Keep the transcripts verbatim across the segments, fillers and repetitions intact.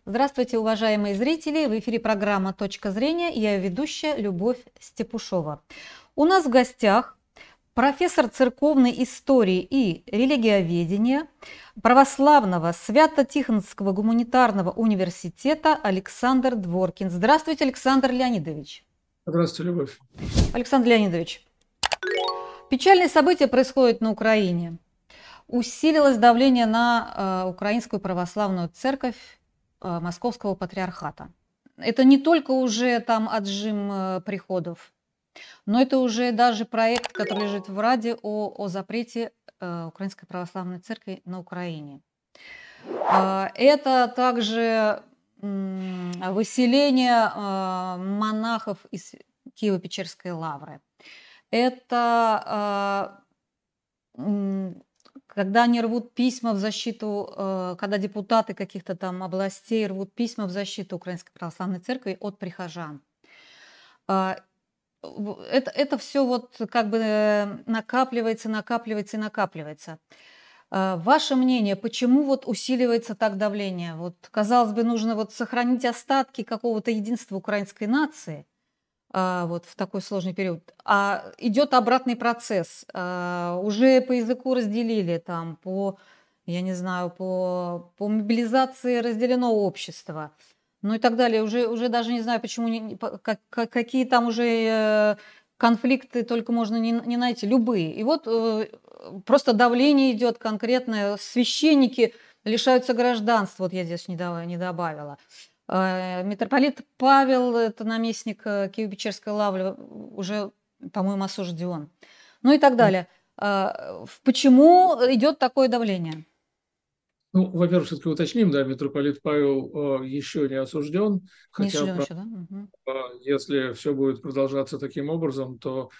Здравствуйте, уважаемые зрители! В эфире программа «Точка зрения». Я ее ведущая Любовь Степушова. У нас в гостях профессор церковной истории и религиоведения Православного Свято-Тихоновского гуманитарного университета Александр Дворкин. Здравствуйте, Александр Леонидович! Здравствуйте, Любовь. Александр Леонидович, печальные события происходят на Украине. Усилилось давление на э, Украинскую православную церковь э, Московского патриархата. Это не только уже там отжим э, приходов, но это уже даже проект, который лежит в Раде о, о запрете э, Украинской православной церкви на Украине. Э, это также м, выселение э, монахов из Киево-Печерской лавры. Это э, м, когда они рвут письма в защиту, э, когда депутаты каких-то там областей рвут письма в защиту Украинской православной церкви от прихожан. Э, в- Это, это все вот как бы э, накапливается, накапливается и накапливается. Э, Ваше мнение, почему вот усиливается так давление? Вот, казалось бы, нужно вот сохранить остатки какого-то единства украинской нации, а, вот в такой сложный период. А идет обратный процесс. А, уже по языку разделили, там, по, я не знаю, по, по мобилизации разделено общество, ну и так далее. Уже, уже даже не знаю, почему, не- не по- как- как- какие там уже э, конфликты только можно не, не найти, любые. И вот э, просто давление идет конкретное. Священники лишаются гражданства, вот я здесь не, дава- не добавила. Э, Митрополит Павел, это наместник э, Киево-Печерской лавры, уже, по-моему, осужден. Ну и так далее. А, в- Почему идет такое давление? Ну, во-первых, все-таки уточним, да, митрополит Павел э, еще не осужден, Не хотя, осужден правда, еще, да? Мгм. если все будет продолжаться таким образом, то,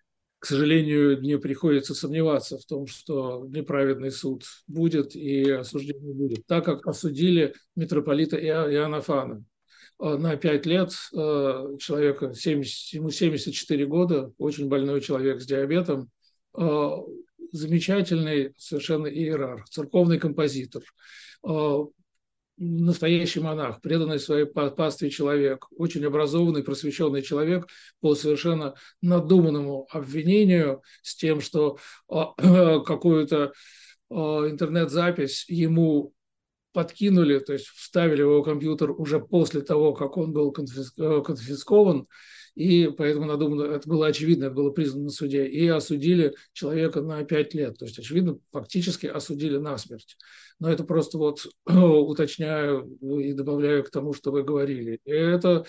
к сожалению, мне приходится сомневаться в том, что неправедный суд будет и осуждение будет, так как осудили митрополита Ио- Иоаннафана. Э, На пять лет э, человека, семьдесят, ему семьдесят четыре года, очень больной человек с диабетом, э, замечательный совершенно иерарх, церковный композитор, э, настоящий монах, преданный своей пастве человек, очень образованный, просвещенный человек по совершенно надуманному обвинению с тем, что э, какую-то э, интернет-запись ему подкинули, то есть вставили в его компьютер уже после того, как он был конфискован, и поэтому надумано, это было очевидно, это было признано на суде, и осудили человека на пять лет. То есть, очевидно, фактически осудили насмерть. Но это просто вот уточняю и добавляю к тому, что вы говорили. И это,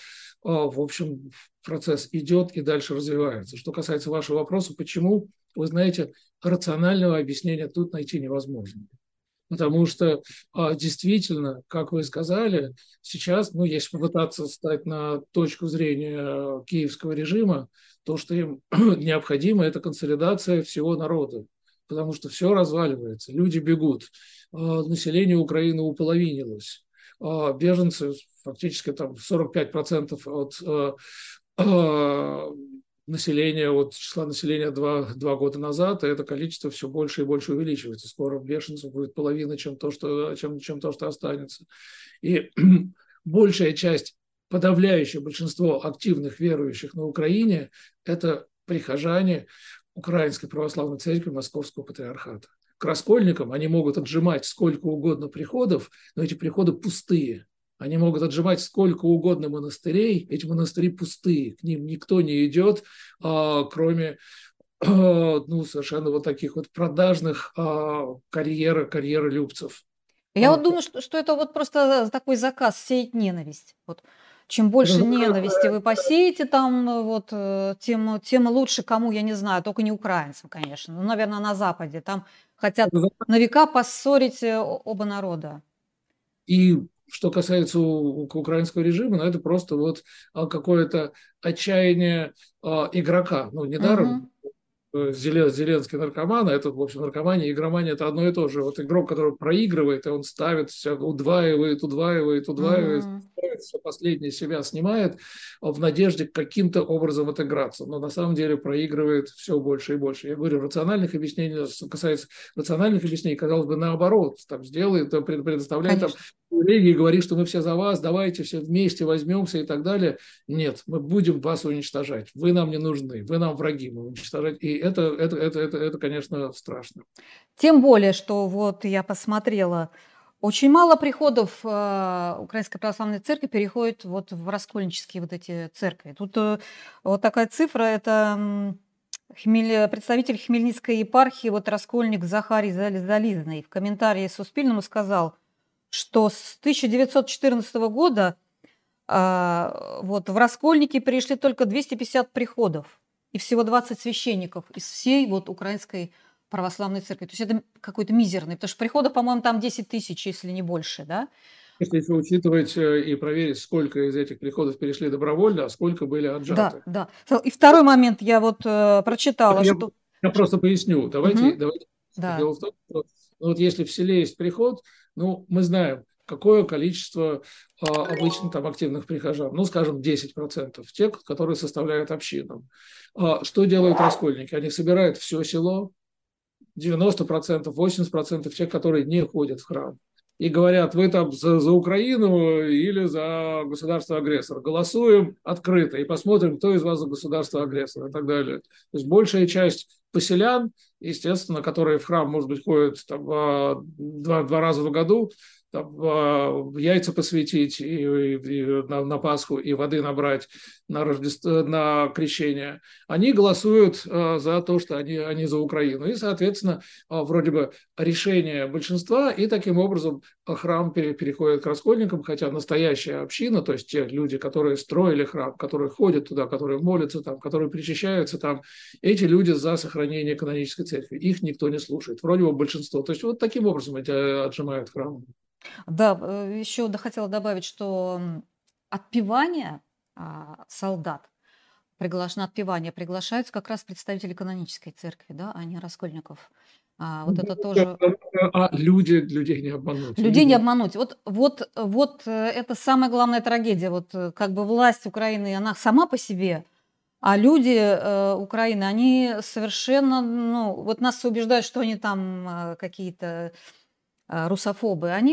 в общем, процесс идет и дальше развивается. Что касается вашего вопроса, почему, вы знаете, рационального объяснения тут найти невозможно. Потому что а, действительно, как вы сказали, сейчас, ну, если попытаться стать на точку зрения киевского режима, то, что им необходимо, это консолидация всего народа, потому что все разваливается, люди бегут, а, население Украины уполовинилось, а, беженцы фактически там сорок пять процентов от а, а, населения, от числа населения два, два года назад, и это количество все больше и больше увеличивается. Скоро бешенцев будет половина, чем то, что, чем, чем то, что останется. И большая часть, подавляющее большинство активных верующих на Украине – это прихожане Украинской православной церкви Московского патриархата. К раскольникам они могут отжимать сколько угодно приходов, но эти приходы пустые. Они могут отжимать сколько угодно монастырей, эти монастыри пустые, к ним никто не идет, а, кроме а, ну, совершенно вот таких вот продажных а, карьера, карьеролюбцев. Я А, вот думаю, что, что это вот просто такой заказ сеять ненависть. Вот чем больше это, ненависти вы посеете там, э, вот, э, тем, тем лучше кому, я не знаю, только не украинцам, конечно. Ну, наверное, на Западе. Там хотят на века поссорить э, о- оба народа. И что касается у- у- украинского режима, ну, это просто вот а, какое-то отчаяние а, игрока. Ну, недаром Мгм. э, Зелен- Зеленский наркоман, а это, в общем, наркомания и игромания – это одно и то же. Вот игрок, который проигрывает, и он ставит, все, удваивает, удваивает, удваивает, Мгм. все последнее себя снимает в надежде каким-то образом отыграться, но на самом деле проигрывает все больше и больше. Я говорю, рациональных объяснений, что касается рациональных объяснений, казалось бы, наоборот, там, сделает, предоставляет там религии, говорит, что мы все за вас, давайте все вместе возьмемся и так далее. Нет, мы будем вас уничтожать, вы нам не нужны, вы нам враги, мы уничтожать. И это, это, это, это, это, конечно, страшно. Тем более, что вот я посмотрела, очень мало приходов э, Украинской Православной Церкви переходит вот в раскольнические вот эти церкви. Тут э, вот такая цифра, это м, Хмель... представитель Хмельницкой епархии, вот раскольник Захарий Зали- Зализный в комментарии Суспильному сказал, что с тысяча девятьсот четырнадцатого года а, вот в Раскольники перешли только двести пятьдесят приходов и всего двадцать священников из всей вот Украинской Православной Церкви. То есть это какой-то мизерный, потому что приходов, по-моему, там десять тысяч, если не больше, да? Если еще учитывать э, и проверить, сколько из этих приходов перешли добровольно, а сколько были Да, отжаты. да. И второй момент я вот э, прочитала, Я, что... я просто поясню. Давайте, Мгм. давайте. Да. Дело в том, что ну, вот если в селе есть приход, ну, мы знаем, какое количество а, обычно там активных прихожан. Ну, скажем, десять процентов. Те, которые составляют общину. А, что делают раскольники? Они собирают все село, девяносто процентов, восемьдесят процентов тех, которые не ходят в храм. И говорят, вы там за, за Украину или за государство-агрессора. Голосуем открыто и посмотрим, кто из вас за государство-агрессора и так далее. То есть большая часть поселян, естественно, которые в храм, может быть, ходят там, два, два раза в году, там, яйца посвятить и, и, и на, на Пасху и воды набрать на, Рождество, на крещение, они голосуют а, за то, что они, они за Украину. И, соответственно, а, вроде бы решение большинства, и таким образом храм пере, переходит к раскольникам, хотя настоящая община, то есть те люди, которые строили храм, которые ходят туда, которые молятся там, которые причащаются там, эти люди за сохранение канонической церкви. Их никто не слушает. Вроде бы большинство. То есть вот таким образом эти отжимают храм. Да, э, еще да, хотела добавить, что м, отпевание а, солдат, пригла- на отпевание приглашаются как раз представители канонической церкви, да, а не раскольников. А, вот это тоже А люди, людей не обмануть. людей не Люди... обмануть. Вот, вот, вот э, это самая главная трагедия. Вот э, как бы власть Украины, она сама по себе, а люди э, Украины, они совершенно, ну, вот нас убеждают, что они там э, какие-то э, русофобы. Они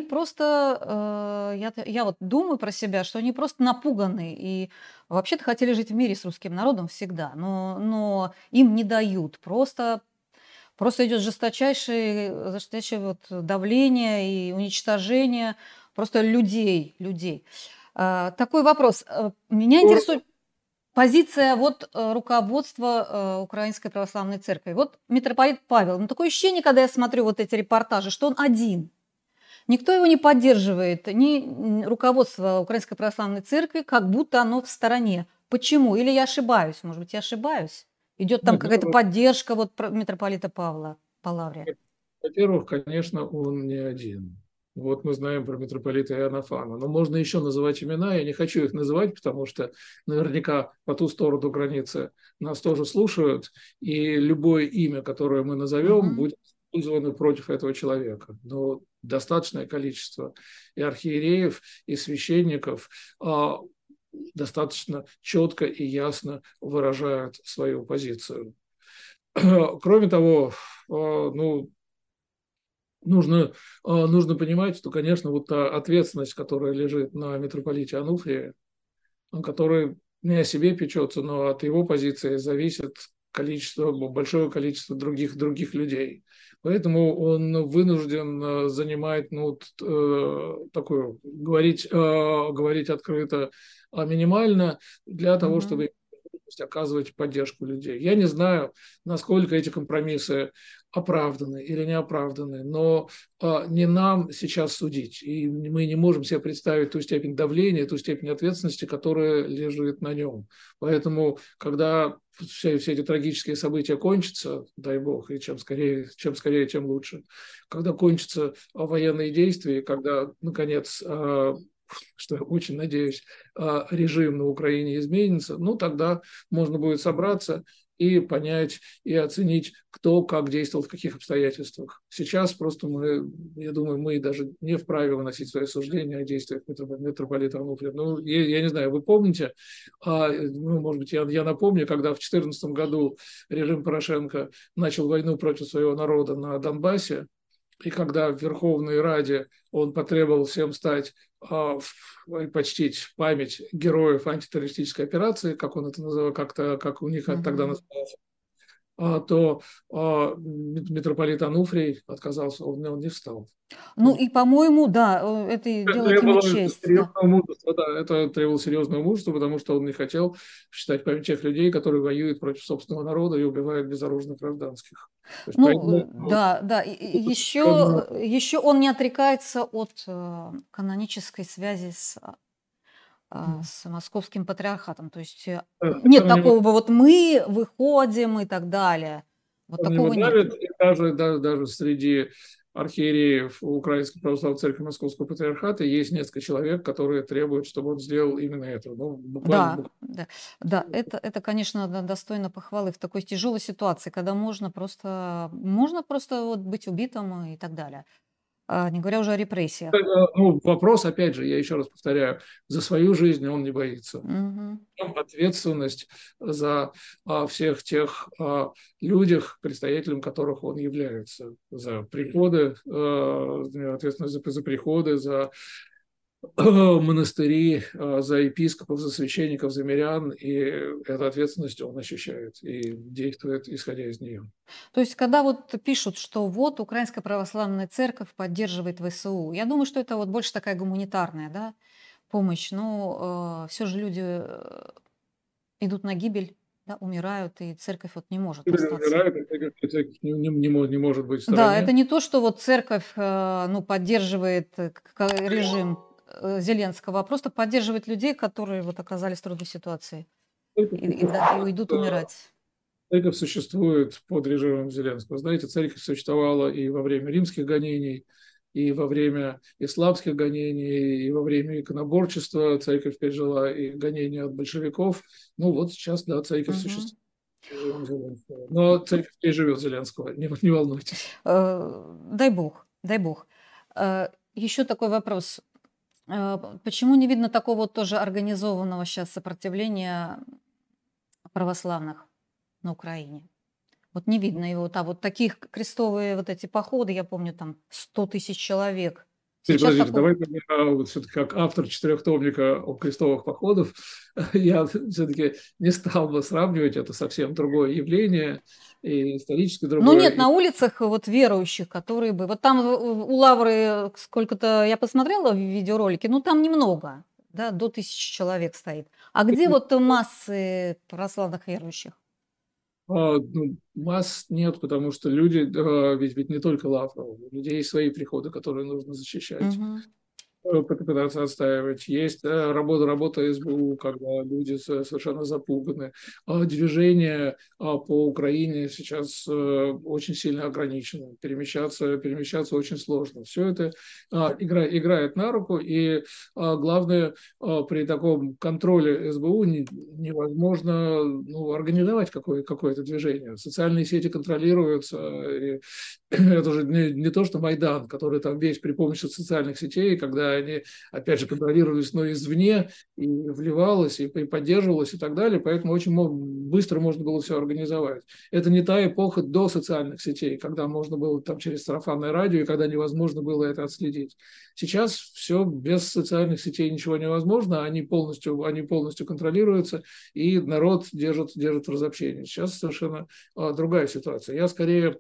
просто, э, я, я вот думаю про себя, что они просто напуганы и вообще-то хотели жить в мире с русским народом всегда, но, но им не дают. Просто, просто идет жесточайшее, жесточайшее вот давление и уничтожение просто людей, людей. А, такой вопрос. Э, Меня интересует позиция вот э, руководства э, Украинской Православной Церкви. Вот митрополит Павел, ну такое ощущение, когда я смотрю вот эти репортажи, что он один. Никто его не поддерживает, ни м, руководство Украинской Православной Церкви, как будто оно в стороне. Почему? Или я ошибаюсь? Может быть, я ошибаюсь? Идет там Нет, какая-то ну, поддержка вот про- митрополита Павла по лавре. во-первых, конечно, он не один. Вот мы знаем про митрополита Иоаннафана. Но можно еще называть имена. Я не хочу их называть, потому что наверняка по ту сторону границы нас тоже слушают. И любое имя, которое мы назовем, Мгм. будет использовано против этого человека. Но достаточное количество и архиереев, и священников а, достаточно четко и ясно выражают свою позицию. Кроме того, а, ну, нужно, а, нужно понимать, что, конечно, вот та ответственность, которая лежит на митрополите Ануфрии, он, который не о себе печется, но от его позиции зависит количество, большое количество других, других людей. Поэтому он вынужден э, занимать, ну, вот, э, такую, говорить, э, говорить открыто, а минимально для того, Мгм. чтобы оказывать поддержку людей. Я не знаю, насколько эти компромиссы оправданы или не оправданы, но а, не нам сейчас судить. И мы не можем себе представить ту степень давления, ту степень ответственности, которая лежит на нем. Поэтому, когда все, все эти трагические события кончатся, дай бог, и чем скорее, чем скорее, тем лучше, когда кончатся а, военные действия, когда, наконец, а, что я очень надеюсь, а, режим на Украине изменится, ну, тогда можно будет собраться и понять, и оценить, кто как действовал, в каких обстоятельствах. Сейчас просто мы, я думаю, мы даже не вправе выносить свои суждения о действиях митрополита Ануфрия. Ну, я, я не знаю, вы помните, а, ну, может быть, я, я напомню, когда в две тысячи четырнадцатом году режим Порошенко начал войну против своего народа на Донбассе, и когда в Верховной Раде он потребовал всем стать а, и почтить память героев антитеррористической операции, как он это называл, как-то, как у них Мгм. тогда называлось, а, то а, митрополит Ануфрий отказался, он, он не встал. Ну и, по-моему, да, э, это Это делает ему требовало честь, да. серьезного мужества, да, это требовало серьезного мужества, потому что он не хотел считать память тех людей, которые воюют против собственного народа и убивают безоружных гражданских. То есть Ну, э, поэтому да, да. И и серьезно, еще, еще он не отрекается от, э, канонической связи с, а, а, с московским патриархатом. То есть, э, это нет на него такого вот мы выходим и так далее. Вот на него такого нет. давит, и даже, даже, даже среди архиереев Украинской Православной Церкви Московского Патриархата есть несколько человек, которые требуют, чтобы он сделал именно это. Ну, буквально, Да, буквально. да, да, это, это, конечно, да, достойно похвалы в такой тяжелой ситуации, когда можно просто, можно просто вот быть убитым и так далее. А, не говоря уже о репрессиях. Ну, вопрос, опять же, я еще раз повторяю, за свою жизнь он не боится. Мгм. Ответственность за а, всех тех а, людях, предстоятелем которых он является, за приходы, а, ответственность за, за приходы, за монастыри, а, за епископов, за священников, за мирян, и эту ответственность он ощущает и действует, исходя из нее. То есть, когда вот пишут, что вот Украинская православная церковь поддерживает ВСУ, я думаю, что это вот больше такая гуманитарная, да, помощь. Но все же люди э, идут на гибель, да, умирают, и церковь вот не может Люди остаться. умирают, и церковь церковь не, не, не мо- не может быть в Да, это стороне. не то, что вот церковь, э, ну, поддерживает э, к- к- режим э, Зеленского, а просто поддерживает людей, которые вот оказались в трудной ситуации Церковь и, и да- и уйдут умирать. Церковь существует под режимом Зеленского. Знаете, церковь существовала и во время римских гонений, и во время исламских гонений, и во время иконоборчества церковь пережила и гонения от большевиков. Ну вот сейчас, да, церковь Мгм. существует под режимом Зеленского. Но церковь переживет Зеленского, не, не волнуйтесь. Э, дай бог, дай бог. Э, еще такой вопрос. Э, почему не видно такого вот тоже организованного сейчас сопротивления православных на Украине? Вот не видно его. А вот таких крестовые вот эти походы, я помню, там сто тысяч человек. Подождите, Сейчас подождите, такого... давайте я вот все-таки как автор четырехтомника о крестовых походов, я все-таки не стал бы сравнивать, это совсем другое явление, и исторически Ну другое. нет, И на улицах вот верующих, которые бы... Вот там в- у Лавры сколько-то, я посмотрела в видеоролике, ну там немного, да, до тысячи человек стоит. А где вот массы православных верующих? А, ну, масс нет, потому что люди, а, ведь, ведь не только Лавров, у людей есть свои приходы, которые нужно защищать, Мгм. э, пытаться отстаивать. Есть э, работа, работа СБУ, когда люди со- совершенно запуганы. А движение а, по Украине сейчас э, очень сильно ограничено. Перемещаться, перемещаться очень сложно. Все это а, игра, играет на руку, и а, главное, а, при таком контроле СБУ не- невозможно ну, организовать какое- какое-то движение. Социальные сети контролируются, и это же не, не то, что Майдан, который там весь при помощи социальных сетей, когда они, опять же, контролировались, но извне, и вливалось, и, и поддерживалось, и так далее, поэтому очень мо- быстро можно было все организовать. Это не та эпоха до социальных сетей, когда можно было там через сарафанное радио, и когда невозможно было это отследить. Сейчас все без социальных сетей ничего невозможно, они полностью, они полностью контролируются, и народ держит, держит в разобщении. Сейчас совершенно а, другая ситуация. Я скорее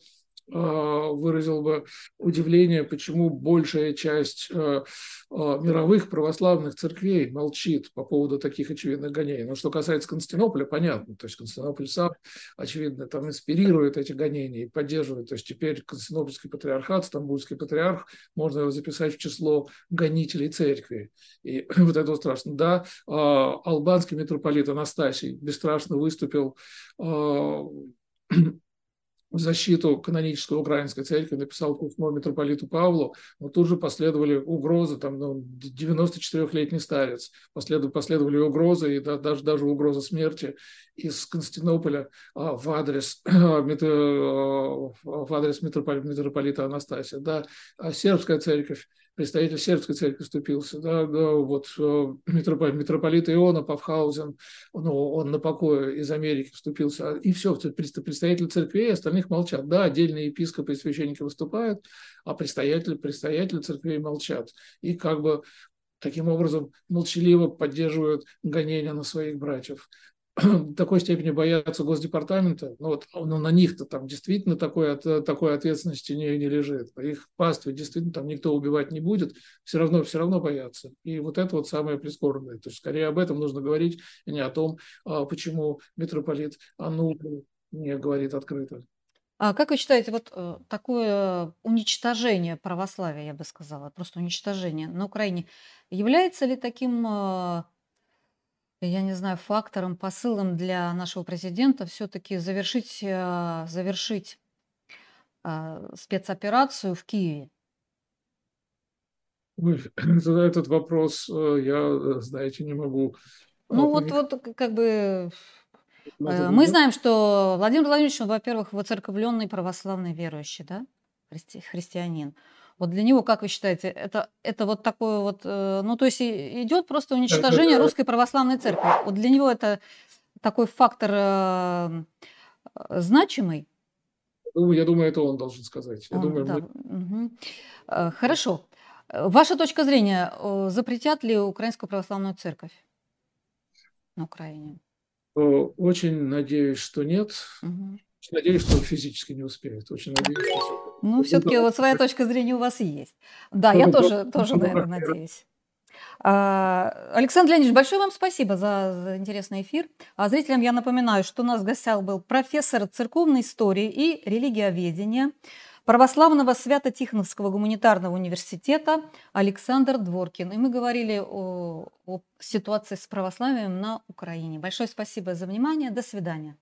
выразил бы удивление, почему большая часть э, э, мировых православных церквей молчит по поводу таких очевидных гонений. Но что касается Константинополя, понятно. То есть Константинополь сам, очевидно, там инспирирует эти гонения и поддерживает. То есть теперь Константинопольский патриархат, Стамбульский патриарх, можно его записать в число гонителей церкви. И вот это страшно. Да, э, албанский митрополит Анастасий бесстрашно выступил э, в защиту канонической украинской церкви, написал письмо митрополиту Павлу, но тут же последовали угрозы, там ну, девяносто четырёхлетний старец, последовали, последовали угрозы и да, даже, даже угроза смерти. из Константинополя а, в адрес, в адрес митрополита Анастасия, да, а сербская церковь, представитель сербской церкви вступился, да, да, вот митрополит, митрополит Иона Павхаузен, ну, он на покое из Америки вступился, и все, представители церквей, остальных молчат. Да, отдельные епископы и священники выступают, а предстоятели, предстоятели церквей молчат. И как бы таким образом молчаливо поддерживают гонения на своих братьев. В такой степени боятся Госдепартамента, ну вот ну, на них-то там действительно такой, такой ответственности не, не лежит. Их пастве действительно там никто убивать не будет, все равно, все равно боятся. И вот это вот самое прискорбное. То есть скорее об этом нужно говорить, а не о том, почему митрополит Ануфрий не говорит открыто. А как вы считаете, вот э, такое уничтожение православия, я бы сказала, просто уничтожение на Украине, является ли таким, э, я не знаю, фактором, посылом для нашего президента все-таки завершить, э, завершить э, спецоперацию в Киеве? Ой, за этот вопрос э, я, э, знаете, не могу а, Ну вот, проникнуть вот к- как бы в э, этот мы момент. знаем, что Владимир Владимирович, он, во-первых, воцерковленный православный верующий, да, христи- христианин. Вот для него, как вы считаете, это, это вот такое вот, э, ну то есть и- идет просто Э, уничтожение э, русской православной церкви. Вот для него это такой фактор э, э, значимый. ну, я думаю, это он должен сказать. Я Он, думаю, да, мы мгм. Э, Хорошо. Э, Ваша точка зрения, э, запретят ли Украинскую православную церковь на Украине? э, очень надеюсь, что нет. Мгм. Очень надеюсь, что физически не успеет. Очень надеюсь, что Ну, все-таки вот своя точка зрения у вас есть. Да, я кто-то тоже, тоже на это надеюсь. А, Александр Леонидович, большое вам спасибо за, за интересный эфир. А зрителям я напоминаю, что у нас в гостях был профессор церковной истории и религиоведения Православного Свято-Тихоновского гуманитарного университета Александр Дворкин. И мы говорили о, о ситуации с православием на Украине. Большое спасибо за внимание. До свидания.